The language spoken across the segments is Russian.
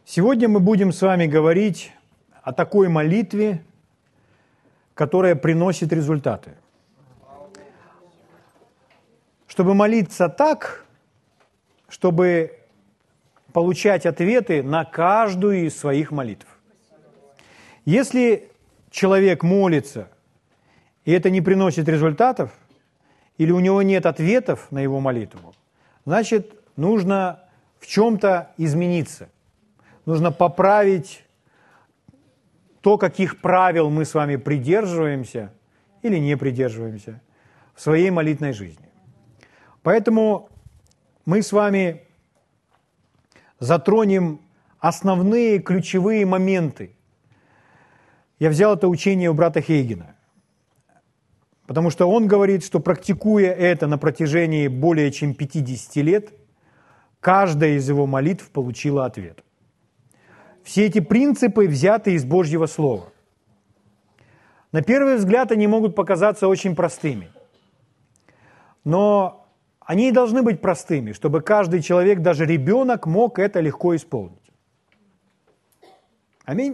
Сегодня мы будем с вами говорить о такой молитве, которая приносит результаты. Чтобы молиться так, чтобы получать ответы на каждую из своих молитв. Если человек молится, и это не приносит результатов, или у него нет ответов на его молитву, значит, нужно в чем-то измениться. Нужно поправить то, каких правил мы с вами придерживаемся или не придерживаемся в своей молитвенной жизни. Поэтому мы с вами затронем основные ключевые моменты. Я взял это учение у брата Хейгена, потому что он говорит, что практикуя это на протяжении более чем 50 лет, каждая из его молитв получила ответ. Все эти принципы взяты из Божьего Слова. На первый взгляд они могут показаться очень простыми, но они и должны быть простыми, чтобы каждый человек, даже ребенок, мог это легко исполнить. Аминь.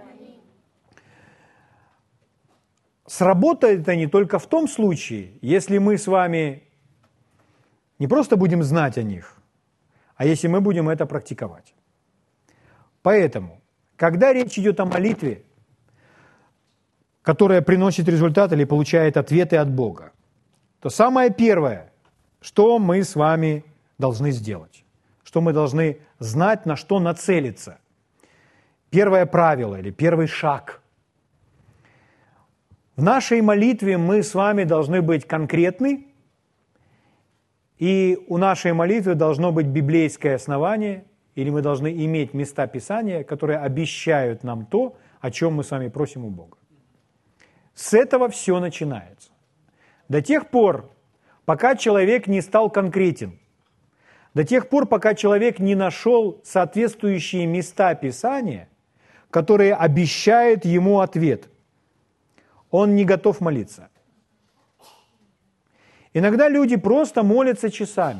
Сработает это не только в том случае, если мы с вами не просто будем знать о них, а если мы будем это практиковать. Поэтому, когда речь идет о молитве, которая приносит результат или получает ответы от Бога, то самое первое, что мы с вами должны сделать, что мы должны знать, на что нацелиться. Первое правило или первый шаг. В нашей молитве мы с вами должны быть конкретны, и у нашей молитвы должно быть библейское основание, или мы должны иметь места Писания, которые обещают нам то, о чем мы с вами просим у Бога. С этого все начинается. До тех пор, пока человек не стал конкретен, до тех пор, пока человек не нашел соответствующие места Писания, которые обещают ему ответ, он не готов молиться. Иногда люди просто молятся часами,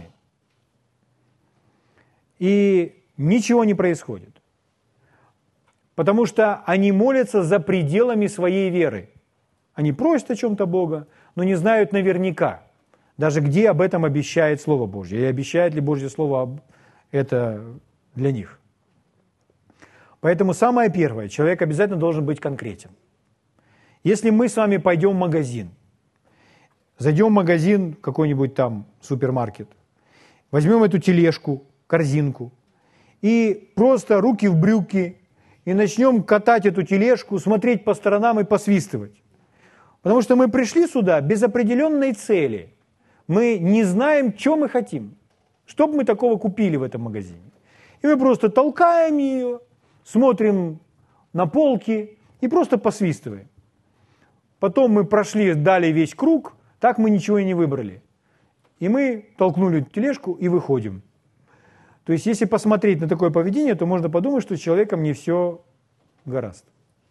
и ничего не происходит, потому что они молятся за пределами своей веры. Они просят о чем-то Бога, но не знают наверняка, даже где об этом обещает Слово Божье, и обещает ли Божье Слово это для них. Поэтому самое первое, человек обязательно должен быть конкретен. Если мы с вами пойдем в магазин, зайдем в магазин, какой-нибудь там супермаркет, возьмем эту тележку, корзинку, и просто руки в брюки, и начнем катать эту тележку, смотреть по сторонам и посвистывать. Потому что мы пришли сюда без определенной цели. Мы не знаем, что мы хотим, что бы мы такого купили в этом магазине. И мы просто толкаем ее, смотрим на полки и просто посвистываем. Потом мы прошли, дали весь круг, так мы ничего и не выбрали. И мы толкнули тележку и выходим. То есть, если посмотреть на такое поведение, то можно подумать, что с человеком не все гораздо.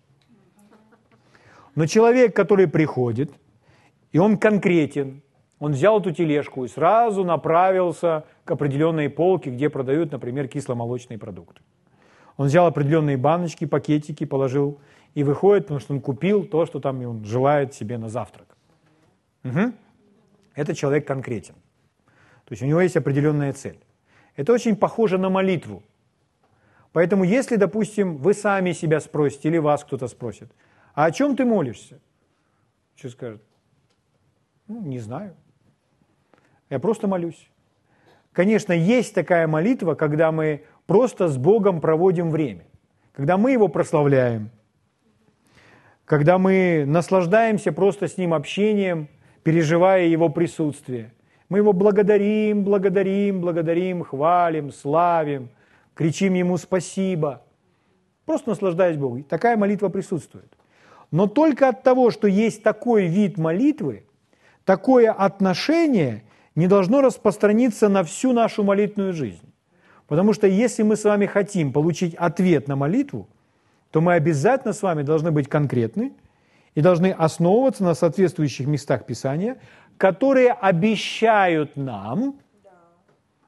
Но человек, который приходит, и он конкретен, он взял эту тележку и сразу направился к определенной полке, где продают, например, кисломолочные продукты. Он взял определенные баночки, пакетики, положил и выходит, потому что он купил то, что там он желает себе на завтрак. Угу. Этот человек конкретен. То есть у него есть определенная цель. Это очень похоже на молитву. Поэтому если, допустим, вы сами себя спросите, или вас кто-то спросит, а о чем ты молишься? Что скажет? Не знаю. Я просто молюсь. Конечно, есть такая молитва, когда мы просто с Богом проводим время, когда мы Его прославляем, когда мы наслаждаемся просто с Ним общением, переживая Его присутствие. Мы Его благодарим, благодарим, благодарим, хвалим, славим, кричим Ему спасибо. Просто наслаждаясь Богом. Такая молитва присутствует. Но только от того, что есть такой вид молитвы, такое отношение не должно распространиться на всю нашу молитвенную жизнь. Потому что если мы с вами хотим получить ответ на молитву, то мы обязательно с вами должны быть конкретны и должны основываться на соответствующих местах Писания, которые обещают нам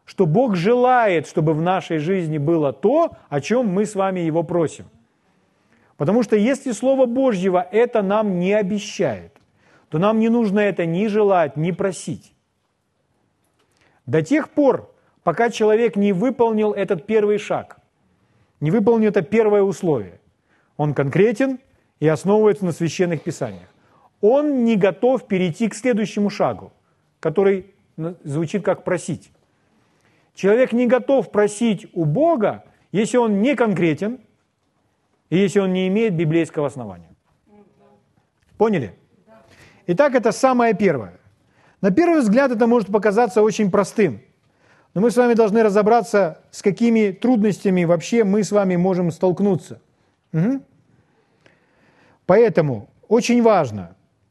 что Бог желает, чтобы в нашей жизни было то, о чем мы с вами Его просим. Потому что если Слово Божьего это нам не обещает, то нам не нужно это ни желать, ни просить. До тех пор, пока человек не выполнил этот первый шаг, не выполнил это первое условие, он конкретен и основывается на священных писаниях. Он не готов перейти к следующему шагу, который звучит как просить. Человек не готов просить у Бога, если он не конкретен и если он не имеет библейского основания. Поняли? Итак, это самое первое. На первый взгляд это может показаться очень простым, но мы с вами должны разобраться, с какими трудностями вообще мы с вами можем столкнуться. Угу. Поэтому очень важно,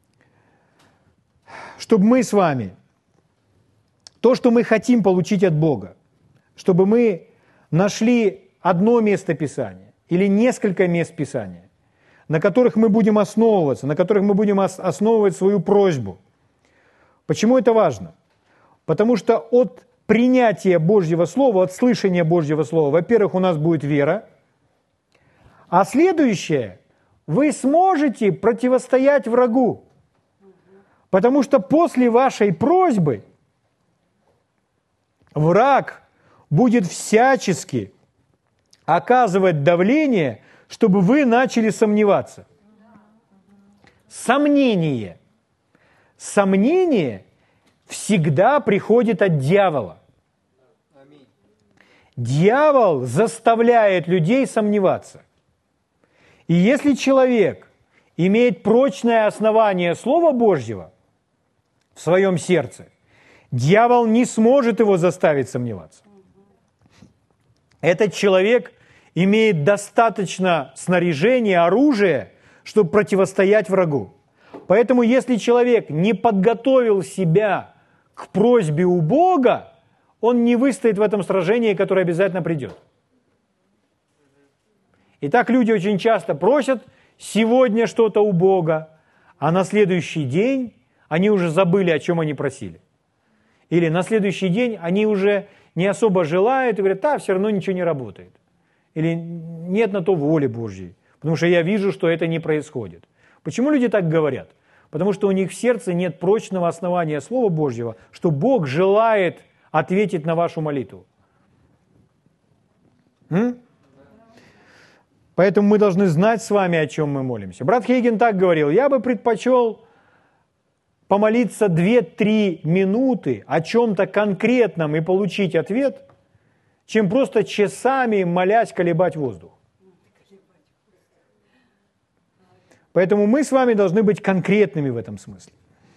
чтобы мы с вами то, что мы хотим получить от Бога, чтобы мы нашли одно место Писания или несколько мест Писания, на которых мы будем основываться, на которых мы будем основывать свою просьбу. Почему это важно? Потому что от принятия Божьего Слова, от слышания Божьего Слова, во-первых, у нас будет вера, а следующее, вы сможете противостоять врагу, потому что после вашей просьбы враг будет всячески оказывать давление, чтобы вы начали сомневаться. Сомнение. Сомнение всегда приходит от дьявола. Дьявол заставляет людей сомневаться. И если человек имеет прочное основание Слова Божьего в своем сердце, дьявол не сможет его заставить сомневаться. Этот человек имеет достаточно снаряжения, оружия, чтобы противостоять врагу. Поэтому, если человек не подготовил себя к просьбе у Бога, он не выстоит в этом сражении, которое обязательно придет. Итак, люди очень часто просят сегодня что-то у Бога, а на следующий день они уже забыли, о чем они просили. Или на следующий день они уже не особо желают и говорят, все равно ничего не работает. Или нет на то воли Божьей, потому что я вижу, что это не происходит. Почему люди так говорят? Потому что у них в сердце нет прочного основания Слова Божьего, что Бог желает ответить на вашу молитву. Поэтому мы должны знать с вами, о чем мы молимся. Брат Хейген так говорил, я бы предпочел помолиться 2-3 минуты о чем-то конкретном и получить ответ, чем просто часами, молясь, колебать воздух. Поэтому мы с вами должны быть конкретными в этом смысле.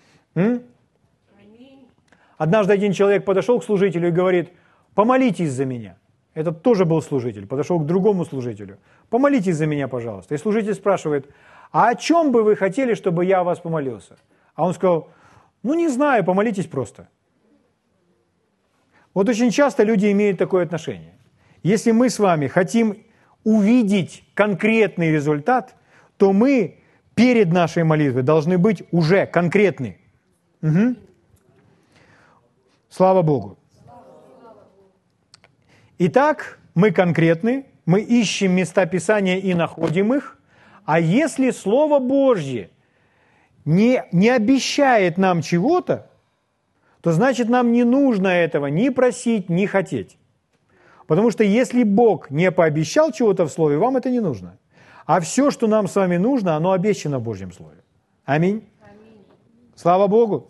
Однажды один человек подошел к служителю и говорит, помолитесь за меня. Этот тоже был служитель, подошел к другому служителю. Помолитесь за меня, пожалуйста. И служитель спрашивает, а о чем бы вы хотели, чтобы я о вас помолился? А он сказал, не знаю, помолитесь просто. Вот очень часто люди имеют такое отношение. Если мы с вами хотим увидеть конкретный результат, то мы перед нашей молитвой должны быть уже конкретны. Угу. Слава Богу. Итак, мы конкретны, мы ищем места Писания и находим их, а если Слово Божье не обещает нам чего-то, то значит нам не нужно этого ни просить, ни хотеть. Потому что если Бог не пообещал чего-то в Слове, вам это не нужно. А все, что нам с вами нужно, оно обещано в Божьем Слове. Аминь. Аминь. Слава Богу.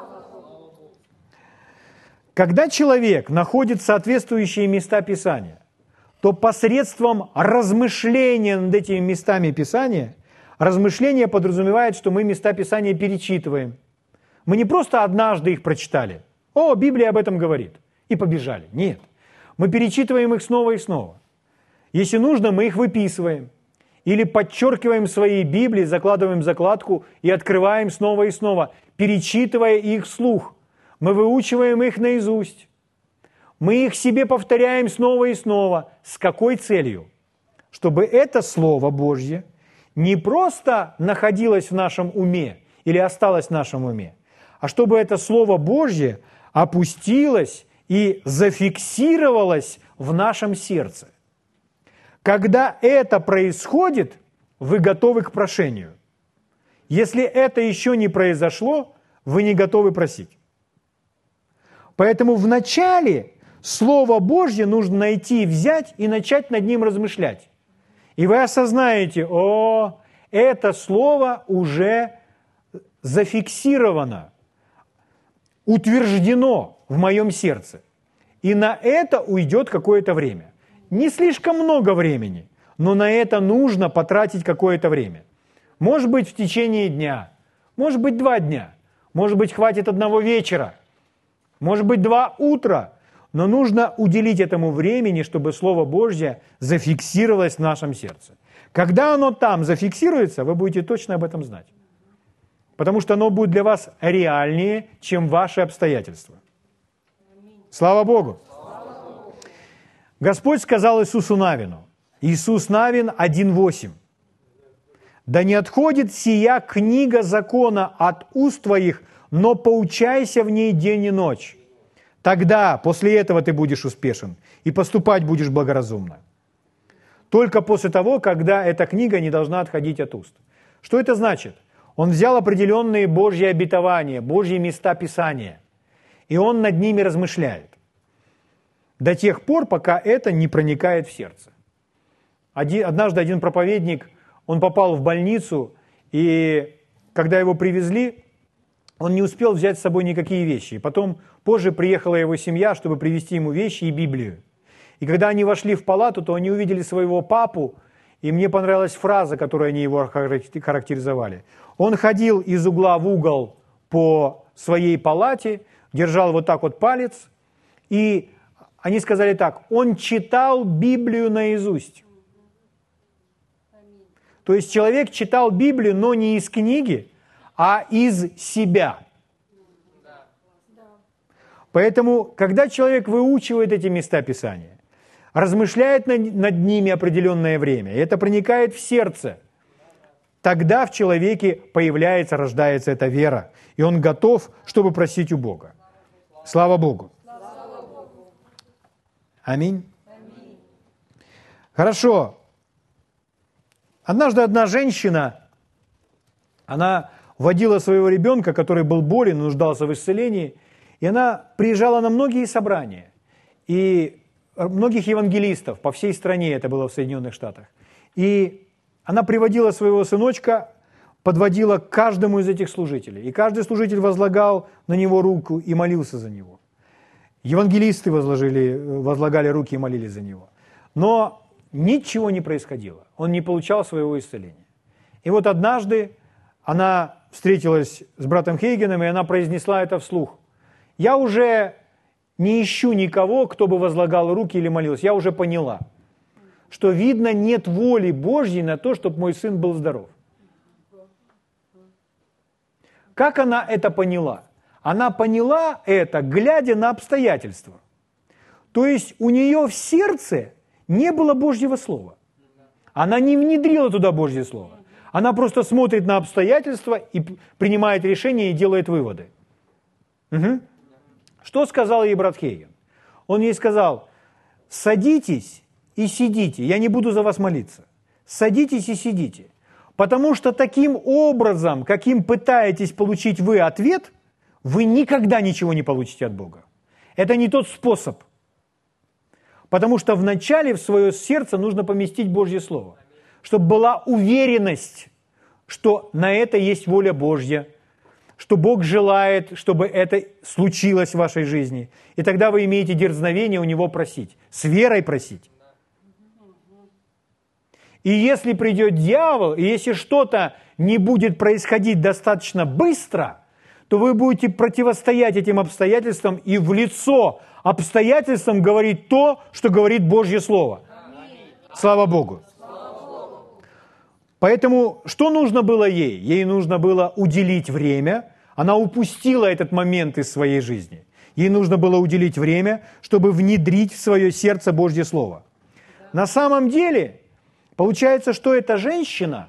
Когда человек находит соответствующие места Писания, то посредством размышления над этими местами Писания, размышление подразумевает, что мы места Писания перечитываем. Мы не просто однажды их прочитали. Библия об этом говорит. И побежали. Нет. Мы перечитываем их снова и снова. Если нужно, мы их выписываем. Или подчеркиваем свои Библии, закладываем закладку и открываем снова и снова, перечитывая их вслух. Мы выучиваем их наизусть. Мы их себе повторяем снова и снова. С какой целью? Чтобы это Слово Божье не просто находилось в нашем уме или осталось в нашем уме, а чтобы это Слово Божье опустилось и зафиксировалось в нашем сердце. Когда это происходит, вы готовы к прошению. Если это еще не произошло, вы не готовы просить. Поэтому вначале Слово Божье нужно найти, взять и начать над ним размышлять. И вы осознаете, это Слово уже зафиксировано, утверждено в моем сердце. И на это уйдет какое-то время. Не слишком много времени, но на это нужно потратить какое-то время. Может быть, в течение дня, может быть, 2 дня, может быть, хватит 1 вечера, может быть, 2 утра, но нужно уделить этому времени, чтобы Слово Божье зафиксировалось в нашем сердце. Когда оно там зафиксируется, вы будете точно об этом знать. Потому что оно будет для вас реальнее, чем ваши обстоятельства. Слава Богу! Господь сказал Иисусу Навину, Иисус Навин 1:8. «Да не отходит сия книга закона от уст твоих, но поучайся в ней день и ночь. Тогда, после этого ты будешь успешен и поступать будешь благоразумно». Только после того, когда эта книга не должна отходить от уст. Что это значит? Он взял определенные Божьи обетования, Божьи места Писания, и он над ними размышляет. До тех пор, пока это не проникает в сердце. Однажды один проповедник, он попал в больницу, и когда его привезли, он не успел взять с собой никакие вещи. Потом позже приехала его семья, чтобы привезти ему вещи и Библию. И когда они вошли в палату, то они увидели своего папу, и мне понравилась фраза, которой они его характеризовали. Он ходил из угла в угол по своей палате, держал вот так вот палец, и они сказали так: он читал Библию наизусть. То есть человек читал Библию, но не из книги, а из себя. Поэтому, когда человек выучивает эти места Писания, размышляет над ними определенное время, и это проникает в сердце, тогда в человеке появляется, рождается эта вера, и он готов, чтобы просить у Бога. Слава Богу! Аминь. Хорошо. Однажды одна женщина, она водила своего ребенка, который был болен, нуждался в исцелении, и она приезжала на многие собрания, и многих евангелистов по всей стране, это было в Соединенных Штатах. И она приводила своего сыночка, подводила к каждому из этих служителей, и каждый служитель возлагал на него руку и молился за него. Евангелисты возлагали руки и молились за него. Но ничего не происходило. Он не получал своего исцеления. И вот однажды она встретилась с братом Хейгеном, и она произнесла это вслух. «Я уже не ищу никого, кто бы возлагал руки или молился. Я уже поняла, что, видно, нет воли Божьей на то, чтобы мой сын был здоров». Как она это поняла? Она поняла это, глядя на обстоятельства. То есть у нее в сердце не было Божьего Слова. Она не внедрила туда Божье Слово. Она просто смотрит на обстоятельства и принимает решения и делает выводы. Угу. Что сказал ей брат Хейген? Он ей сказал: садитесь и сидите, я не буду за вас молиться. Садитесь и сидите. Потому что таким образом, каким пытаетесь получить вы ответ, вы никогда ничего не получите от Бога. Это не тот способ. Потому что вначале в свое сердце нужно поместить Божье Слово, чтобы была уверенность, что на это есть воля Божья, что Бог желает, чтобы это случилось в вашей жизни. И тогда вы имеете дерзновение у Него просить, с верой просить. И если придет дьявол, и если что-то не будет происходить достаточно быстро, то вы будете противостоять этим обстоятельствам и в лицо обстоятельствам говорить то, что говорит Божье Слово. Слава Богу! Поэтому что нужно было ей? Ей нужно было уделить время. Она упустила этот момент из своей жизни. Ей нужно было уделить время, чтобы внедрить в свое сердце Божье Слово. На самом деле, получается, что эта женщина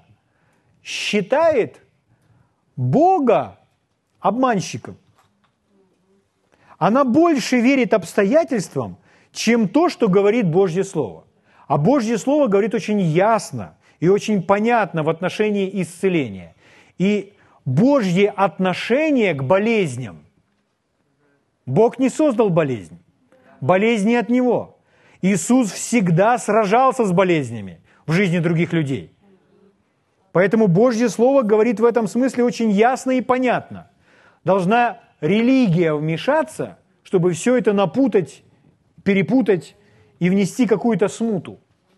считает Бога обманщиком. она больше верит обстоятельствам, чем то, что говорит Божье Слово. А Божье Слово говорит очень ясно и очень понятно в отношении исцеления. И Божье отношение к болезням. Бог не создал болезнь. Болезнь не от Него. Иисус всегда сражался с болезнями в жизни других людей. Поэтому Божье Слово говорит в этом смысле очень ясно и понятно. Должна религия вмешаться, чтобы все это напутать, перепутать и внести какую-то смуту.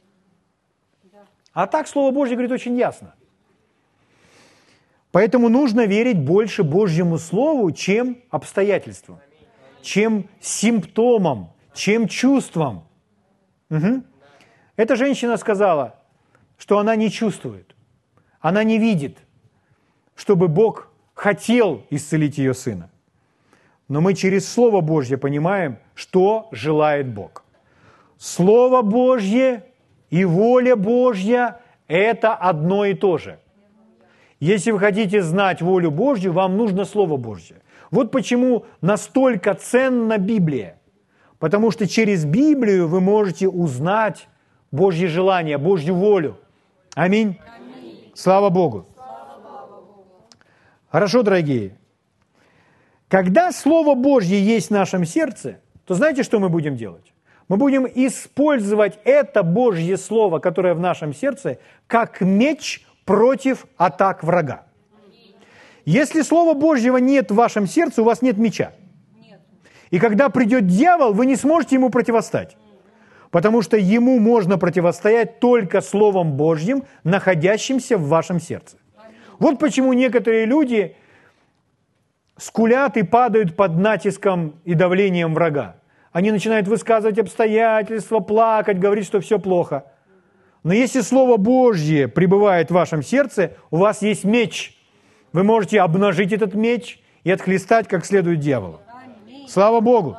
А так Слово Божье говорит очень ясно. Поэтому нужно верить больше Божьему Слову, чем обстоятельствам, чем симптомам, чем чувствам. Угу. Эта женщина сказала, что она не чувствует, она не видит, чтобы Бог хотел исцелить ее сына. Но мы через Слово Божье понимаем, что желает Бог. Слово Божье и воля Божья – это одно и то же. Если вы хотите знать волю Божью, вам нужно Слово Божье. Вот почему настолько ценна Библия. Потому что через Библию вы можете узнать Божье желание, Божью волю. Аминь. Аминь. Слава Богу. Хорошо, дорогие. Когда Слово Божье есть в нашем сердце, то знаете, что мы будем делать? Мы будем использовать это Божье Слово, которое в нашем сердце, как меч против атак врага. Если Слова Божьего нет в вашем сердце, у вас нет меча. И когда придет дьявол, вы не сможете ему противостать. Потому что ему можно противостоять только Словом Божьим, находящимся в вашем сердце. Вот почему некоторые люди скулят и падают под натиском и давлением врага. Они начинают высказывать обстоятельства, плакать, говорить, что все плохо. Но если Слово Божье пребывает в вашем сердце, у вас есть меч. Вы можете обнажить этот меч и отхлестать как следует дьяволу. Слава Богу!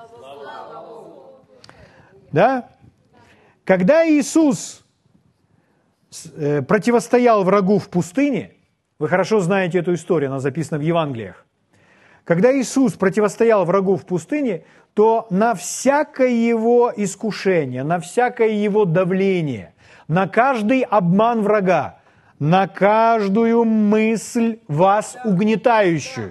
Да? Когда Иисус противостоял врагу в пустыне, вы хорошо знаете эту историю, она записана в Евангелиях. Когда Иисус противостоял врагу в пустыне, то на всякое его искушение, на всякое его давление, на каждый обман врага, на каждую мысль вас угнетающую.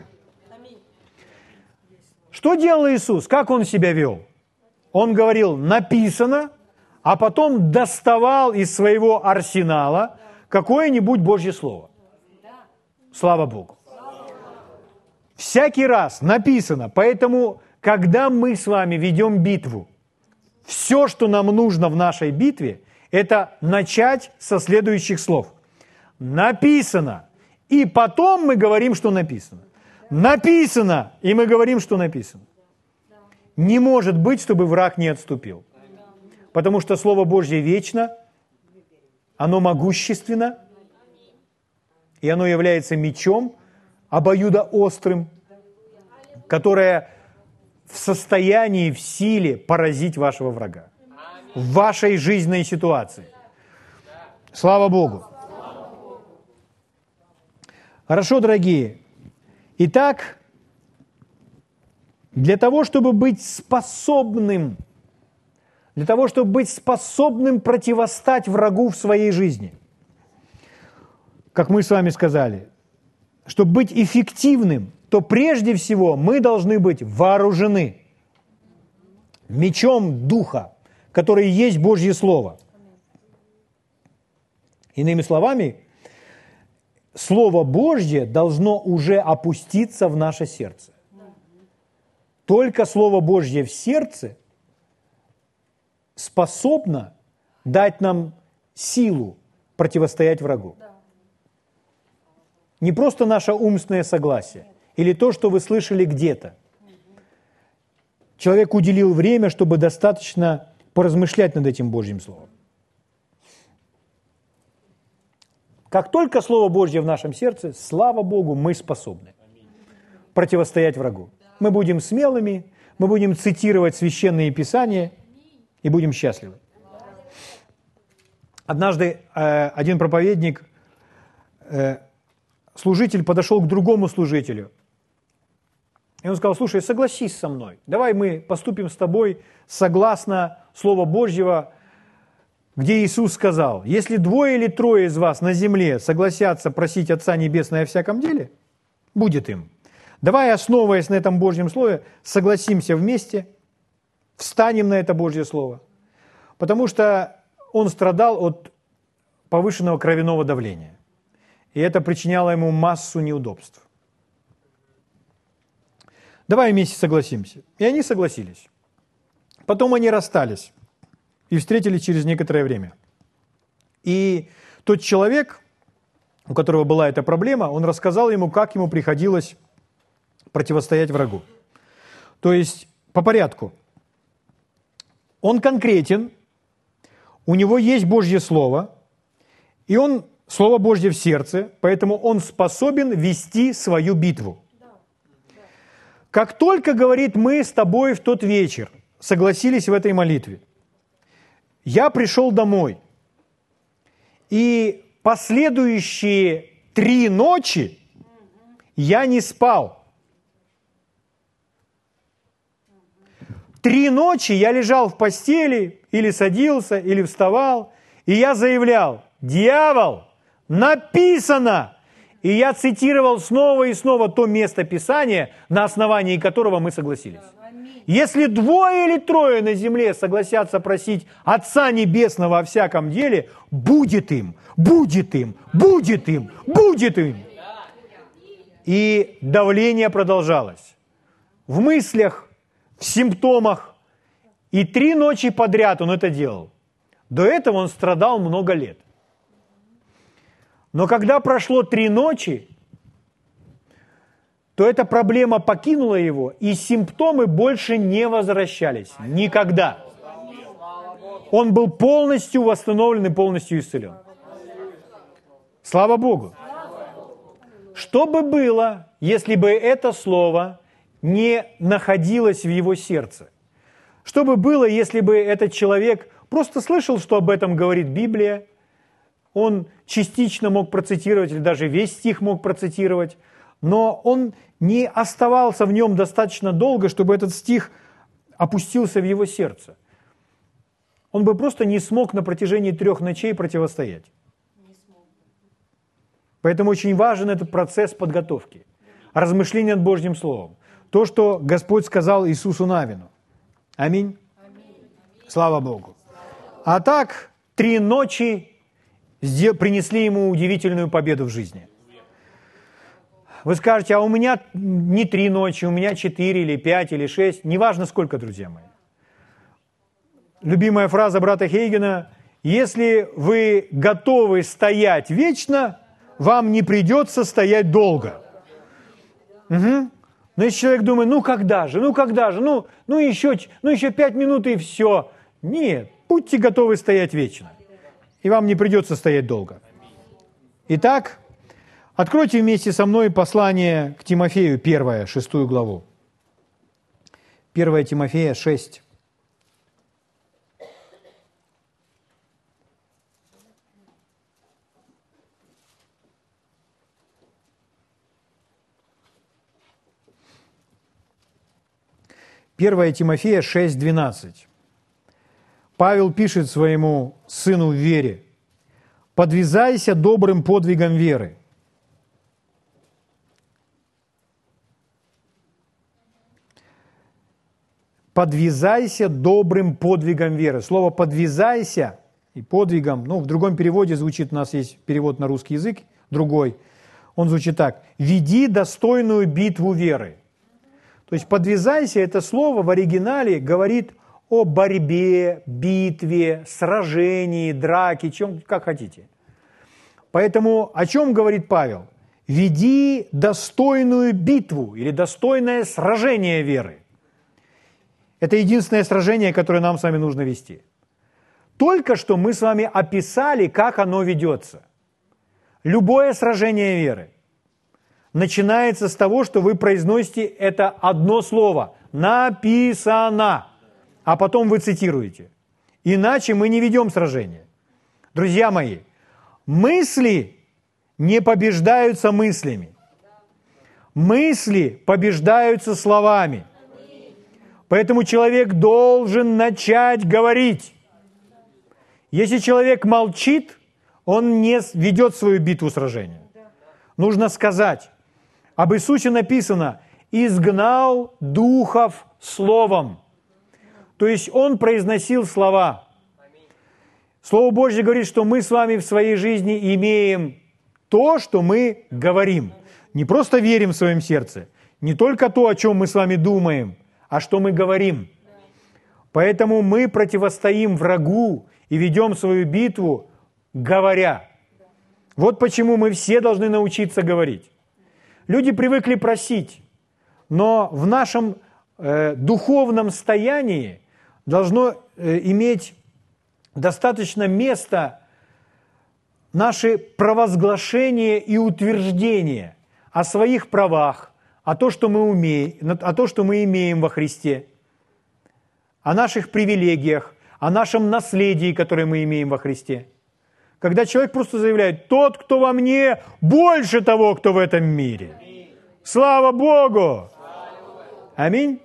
Что делал Иисус? Как Он себя вел? Он говорил «написано», а потом доставал из своего арсенала какое-нибудь Божье Слово. Слава Богу. Всякий раз написано. Поэтому, когда мы с вами ведем битву, все, что нам нужно в нашей битве, это начать со следующих слов. Написано. И потом мы говорим, что написано. Написано, и мы говорим, что написано. Не может быть, чтобы враг не отступил. Потому что Слово Божье вечно, оно могущественно, и оно является мечом, обоюдоострым, которое в состоянии, в силе поразить вашего врага. В вашей жизненной ситуации. Слава Богу. Хорошо, дорогие. Итак, для того, чтобы быть способным противостать врагу в своей жизни, как мы с вами сказали, чтобы быть эффективным, то прежде всего мы должны быть вооружены мечом Духа, который есть Божье Слово. Иными словами, Слово Божье должно уже опуститься в наше сердце. Только Слово Божье в сердце способно дать нам силу противостоять врагу. Не просто наше умственное согласие или то, что вы слышали где-то. Человек уделил время, чтобы достаточно поразмышлять над этим Божьим Словом. Как только Слово Божье в нашем сердце, слава Богу, мы способны противостоять врагу. Мы будем смелыми, мы будем цитировать священные писания и будем счастливы. Однажды один проповедник, служитель подошел к другому служителю И он сказал: слушай, согласись со мной, давай мы поступим с тобой согласно Слова Божьего, где Иисус сказал: если 2 или 3 из вас на земле согласятся просить Отца Небесного о всяком деле, будет им. Давай, основываясь на этом Божьем Слове, согласимся вместе, встанем на это Божье Слово, потому что он страдал от повышенного кровяного давления, и это причиняло ему массу неудобств. Давай вместе согласимся. И они согласились. Потом они расстались и встретились через некоторое время. И тот человек, у которого была эта проблема, он рассказал ему, как ему приходилось противостоять врагу. То есть по порядку. Он конкретен, у него есть Божье Слово, и он, Слово Божье в сердце, поэтому он способен вести свою битву. Как только, говорит, мы с тобой в тот вечер согласились в этой молитве, я пришел домой, и последующие 3 ночи я не спал. 3 ночи я лежал в постели, или садился, или вставал, и я заявлял: дьявол, написано! И я цитировал снова и снова то место Писания, на основании которого мы согласились. Если 2 или 3 на земле согласятся просить Отца Небесного о всяком деле, будет им, будет им, будет им, будет им. И давление продолжалось. В мыслях, в симптомах. И 3 ночи подряд он это делал. До этого он страдал много лет. Но когда прошло 3 ночи, то эта проблема покинула его, и симптомы больше не возвращались. Никогда. Он был полностью восстановлен и полностью исцелен. Слава Богу. Что бы было, если бы это слово не находилось в его сердце? Что бы было, если бы этот человек просто слышал, что об этом говорит Библия, он частично мог процитировать, или даже весь стих мог процитировать, но он не оставался в нем достаточно долго, чтобы этот стих опустился в его сердце. Он бы просто не смог на протяжении 3 ночей противостоять. Поэтому очень важен этот процесс подготовки, размышления над Божьим Словом. То, что Господь сказал Иисусу Навину. Аминь. Слава Богу. А так 3 ночи принесли ему удивительную победу в жизни. Вы скажете: а у меня не 3 ночи, у меня 4 или 5 или 6. Неважно сколько, друзья мои. Любимая фраза брата Хейгена: если вы готовы стоять вечно, вам не придется стоять долго. Угу. Но если человек думает: ну когда же, ну еще 5 минут и все. Нет, будьте готовы стоять вечно, и вам не придется стоять долго. Итак, откройте вместе со мной послание к Тимофею, 1, 6 главу. 1 Тимофея, 6. Первое Тимофея 6:12. Павел пишет своему сыну в вере: «Подвязайся добрым подвигом веры». Подвязайся добрым подвигом веры. Слово «подвязайся» и «подвигом», в другом переводе звучит, у нас есть перевод на русский язык, другой, он звучит так: «Веди достойную битву веры». То есть «подвязайся» это слово в оригинале говорит о борьбе, битве, сражении, драке, чем, как хотите. Поэтому о чем говорит Павел? Веди достойную битву или достойное сражение веры. Это единственное сражение, которое нам с вами нужно вести. Только что мы с вами описали, как оно ведется. Любое сражение веры начинается с того, что вы произносите это одно слово «написано», а потом вы цитируете. Иначе мы не ведем сражение. Друзья мои, мысли не побеждаются мыслями. Мысли побеждаются словами. Поэтому человек должен начать говорить. Если человек молчит, он не ведет свою битву сражения. Нужно сказать. Об Иисусе написано: «Изгнал духов словом». То есть Он произносил слова. Слово Божье говорит, что мы с вами в своей жизни имеем то, что мы говорим. Не просто верим в своем сердце, не только то, о чем мы с вами думаем, а что мы говорим. Поэтому мы противостоим врагу и ведем свою битву, говоря. Вот почему мы все должны научиться говорить. Люди привыкли просить, но в нашем духовном состоянии должно иметь достаточно места наши провозглашения и утверждения о своих правах, о том, что мы имеем во Христе, о наших привилегиях, о нашем наследии, которое мы имеем во Христе. Когда человек просто заявляет: «Тот, кто во мне, больше того, кто в этом мире». Слава Богу! Аминь.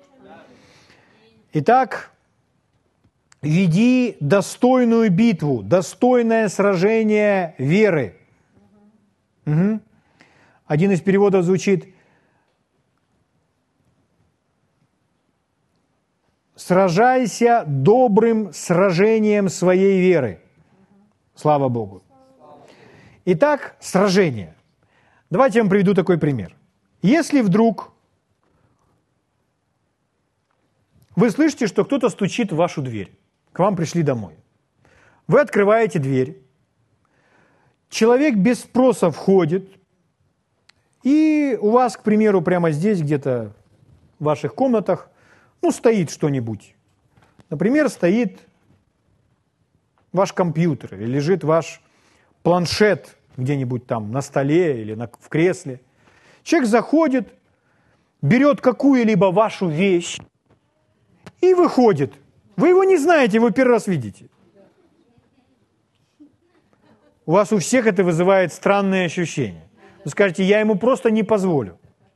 Итак, веди достойную битву, достойное сражение веры. Угу. Один из переводов звучит: «Сражайся добрым сражением своей веры». Слава Богу. Итак, сражение. Давайте я вам приведу такой пример. Если вдруг вы слышите, что кто-то стучит в вашу дверь, к вам пришли домой, вы открываете дверь, человек без спроса входит, и у вас, к примеру, прямо здесь, где-то в ваших комнатах, стоит что-нибудь. Например, стоит ваш компьютер, или лежит ваш планшет где-нибудь там на столе или в кресле. Человек заходит, берет какую-либо вашу вещь и выходит. Вы его не знаете, вы первый раз видите. У вас у всех это вызывает странные ощущения. Вы скажете: я ему просто не позволю.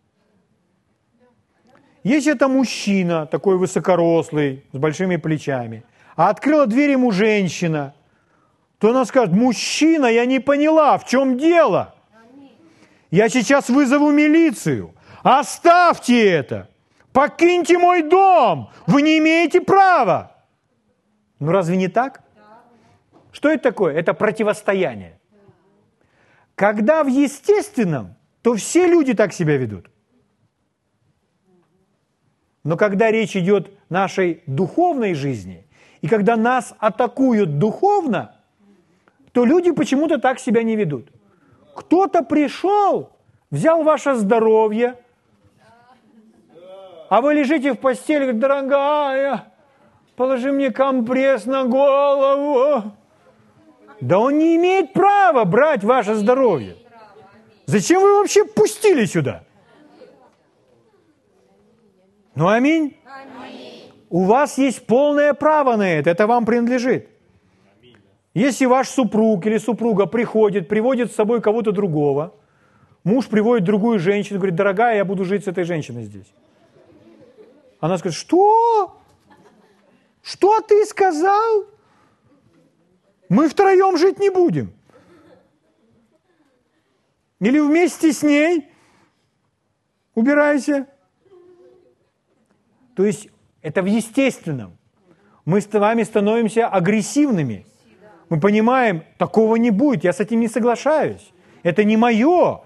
Если это мужчина, такой высокорослый, с большими плечами, а открыла дверь ему женщина, то она скажет: мужчина, я не поняла, в чем дело? Я сейчас вызову милицию. Оставьте это. Покиньте мой дом. Вы не имеете права. Ну разве не так? Что это такое? Это противостояние. Когда в естественном, то все люди так себя ведут. Но когда речь идет о нашей духовной жизни, и когда нас атакуют духовно, то люди почему-то так себя не ведут. Кто-то пришел, взял ваше здоровье, а вы лежите в постели, говорит: дорогая, положи мне компресс на голову. Да он не имеет права брать ваше здоровье. Зачем вы вообще пустили сюда? Ну, аминь. У вас есть полное право на это вам принадлежит. Если ваш супруг или супруга приводит с собой кого-то другого, муж приводит другую женщину, говорит: дорогая, я буду жить с этой женщиной здесь. Она скажет: что? Что ты сказал? Мы втроем жить не будем. Или вместе с ней убирайся. То есть это в естественном. Мы с вами становимся агрессивными. Мы понимаем, такого не будет, я с этим не соглашаюсь. Это не мое.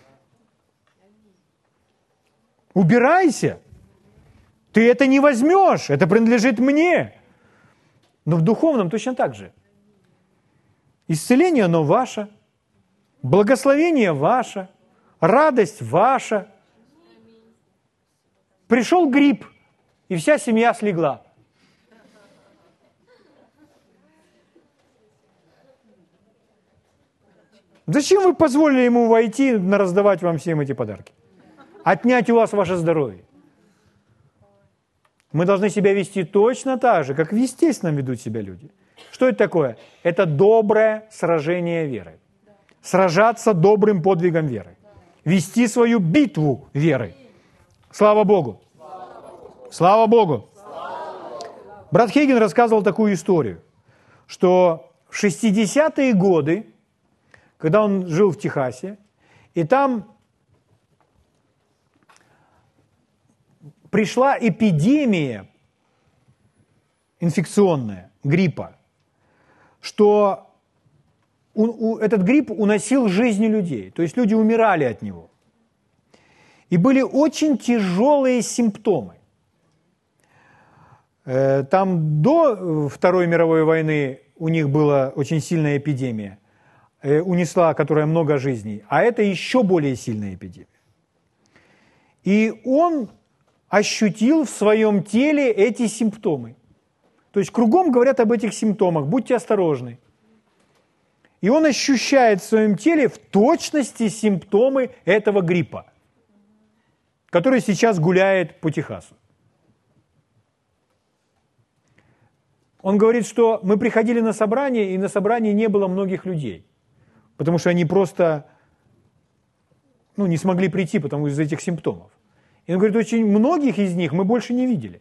Убирайся. Ты это не возьмешь, это принадлежит мне. Но в духовном точно так же. Исцеление, оно ваше. Благословение ваше. Радость ваша. Пришел грипп, и вся семья слегла. Зачем вы позволили ему войти, раздавать вам всем эти подарки? Отнять у вас ваше здоровье. Мы должны себя вести точно так же, как в естественном ведут себя люди. Что это такое? Это доброе сражение веры. Сражаться добрым подвигом веры. вести свою битву веры. Слава Богу! Слава Богу! Брат Хейген рассказывал такую историю, что в 60-е годы, когда он жил в Техасе, и там пришла эпидемия инфекционная, гриппа, что этот грипп уносил жизни людей, то есть люди умирали от него. И были очень тяжелые симптомы. Там до Второй мировой войны у них была очень сильная эпидемия, унесла, которая много жизней, а это еще более сильная эпидемия. И он ощутил в своем теле эти симптомы. То есть кругом говорят об этих симптомах, будьте осторожны. И он ощущает в своем теле в точности симптомы этого гриппа, который сейчас гуляет по Техасу. Он говорит, что мы приходили на собрание, и на собрании не было многих людей, потому что они просто не смогли прийти, потому что из-за этих симптомов. И он говорит, очень многих из них мы больше не видели.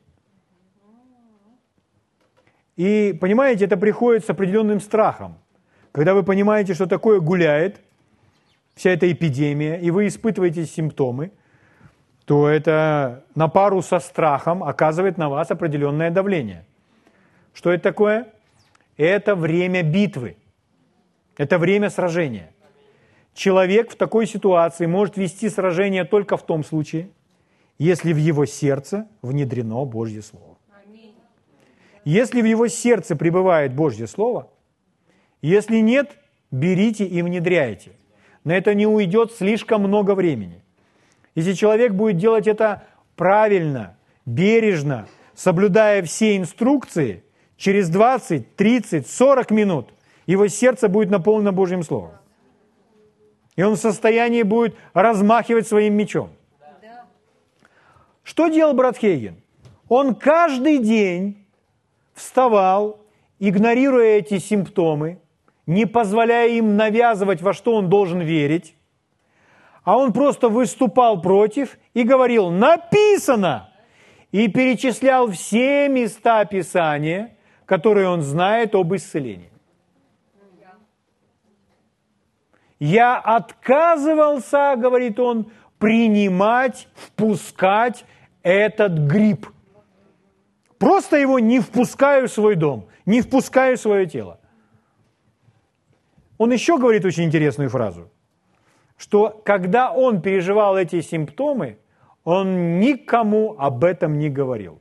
И, понимаете, это приходит с определенным страхом. Когда вы понимаете, что такое гуляет, вся эта эпидемия, и вы испытываете симптомы, то это на пару со страхом оказывает на вас определенное давление. Что это такое? Это время битвы. Это время сражения. Человек в такой ситуации может вести сражение только в том случае, если в его сердце внедрено Божье Слово. Если в его сердце пребывает Божье Слово, если нет, берите и внедряйте. На это не уйдет слишком много времени. Если человек будет делать это правильно, бережно, соблюдая все инструкции, через 20, 30, 40 минут его сердце будет наполнено Божьим Словом. И он в состоянии будет размахивать своим мечом. Что делал брат Хейген? Он каждый день вставал, игнорируя эти симптомы, не позволяя им навязывать, во что он должен верить, а он просто выступал против и говорил «написано!» и перечислял все места Писания, которые он знает об исцелении. «Я отказывался, — говорит он, — принимать, впускать этот грипп. Просто его не впускаю в свой дом, не впускаю в свое тело». Он еще говорит очень интересную фразу, что когда он переживал эти симптомы, он никому об этом не говорил.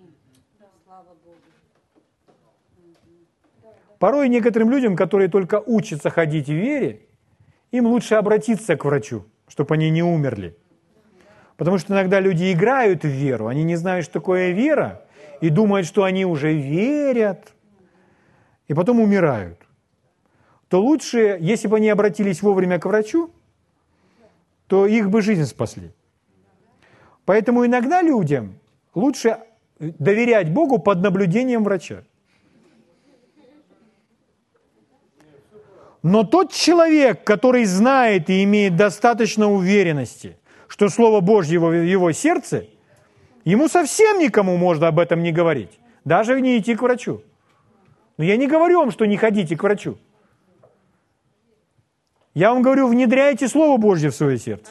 Порой некоторым людям, которые только учатся ходить в вере, им лучше обратиться к врачу, чтобы они не умерли. Потому что иногда люди играют в веру, они не знают, что такое вера, и думают, что они уже верят, и потом умирают. То лучше, если бы они обратились вовремя к врачу, то их бы жизнь спасли. Поэтому иногда людям лучше доверять Богу под наблюдением врача. Но тот человек, который знает и имеет достаточно уверенности, что Слово Божье в его сердце, ему совсем никому можно об этом не говорить, даже не идти к врачу. Но я не говорю вам, что не ходите к врачу. Я вам говорю, внедряйте Слово Божье в свое сердце.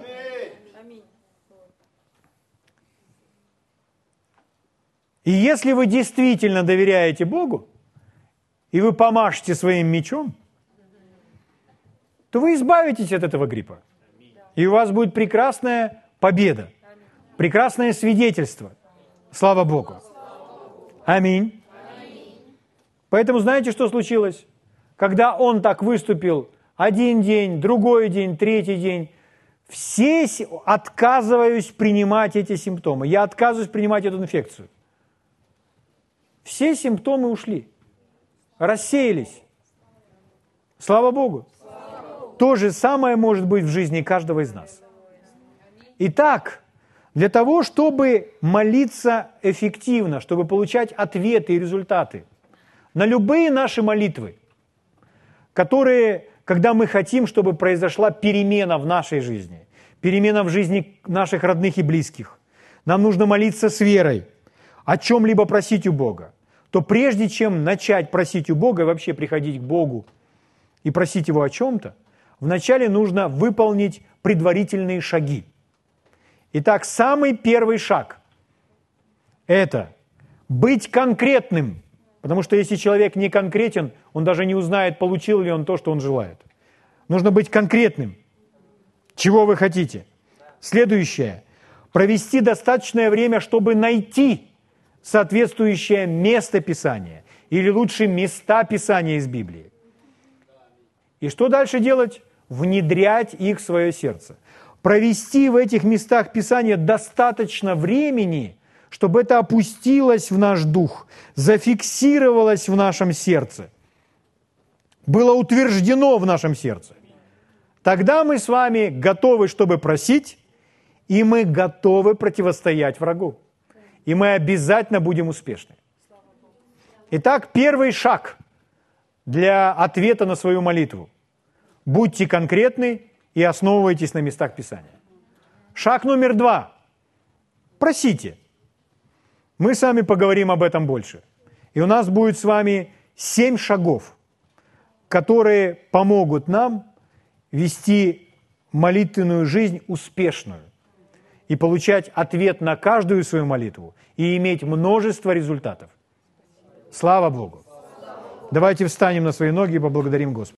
И если вы действительно доверяете Богу, и вы помашете своим мечом, то вы избавитесь от этого гриппа. И у вас будет прекрасная победа, прекрасное свидетельство. Слава Богу. Аминь. Поэтому знаете, что случилось? Когда он так выступил один день, другой день, третий день, все отказываюсь принимать эти симптомы. Я отказываюсь принимать эту инфекцию. Все симптомы ушли, рассеялись. Слава Богу. То же самое может быть в жизни каждого из нас. Итак, для того, чтобы молиться эффективно, чтобы получать ответы и результаты на любые наши молитвы, которые, когда мы хотим, чтобы произошла перемена в нашей жизни, перемена в жизни наших родных и близких, нам нужно молиться с верой, о чем-либо просить у Бога, то прежде чем начать просить у Бога и вообще приходить к Богу и просить Его о чем-то, вначале нужно выполнить предварительные шаги. Итак, самый первый шаг – это быть конкретным, потому что если человек не конкретен, он даже не узнает, получил ли он то, что он желает. Нужно быть конкретным. Чего вы хотите? Следующее – провести достаточное время, чтобы найти соответствующее место Писания, или лучше места Писания из Библии. И что дальше делать? Внедрять их в свое сердце. Провести в этих местах Писания достаточно времени, чтобы это опустилось в наш дух, зафиксировалось в нашем сердце, было утверждено в нашем сердце. Тогда мы с вами готовы, чтобы просить, и мы готовы противостоять врагу. И мы обязательно будем успешны. Итак, первый шаг для ответа на свою молитву. Будьте конкретны и основывайтесь на местах Писания. Шаг номер 2. Просите. Мы с вами поговорим об этом больше. И у нас будет с вами 7 шагов, которые помогут нам вести молитвенную жизнь успешную и получать ответ на каждую свою молитву и иметь множество результатов. Слава Богу! Давайте встанем на свои ноги и поблагодарим Господа.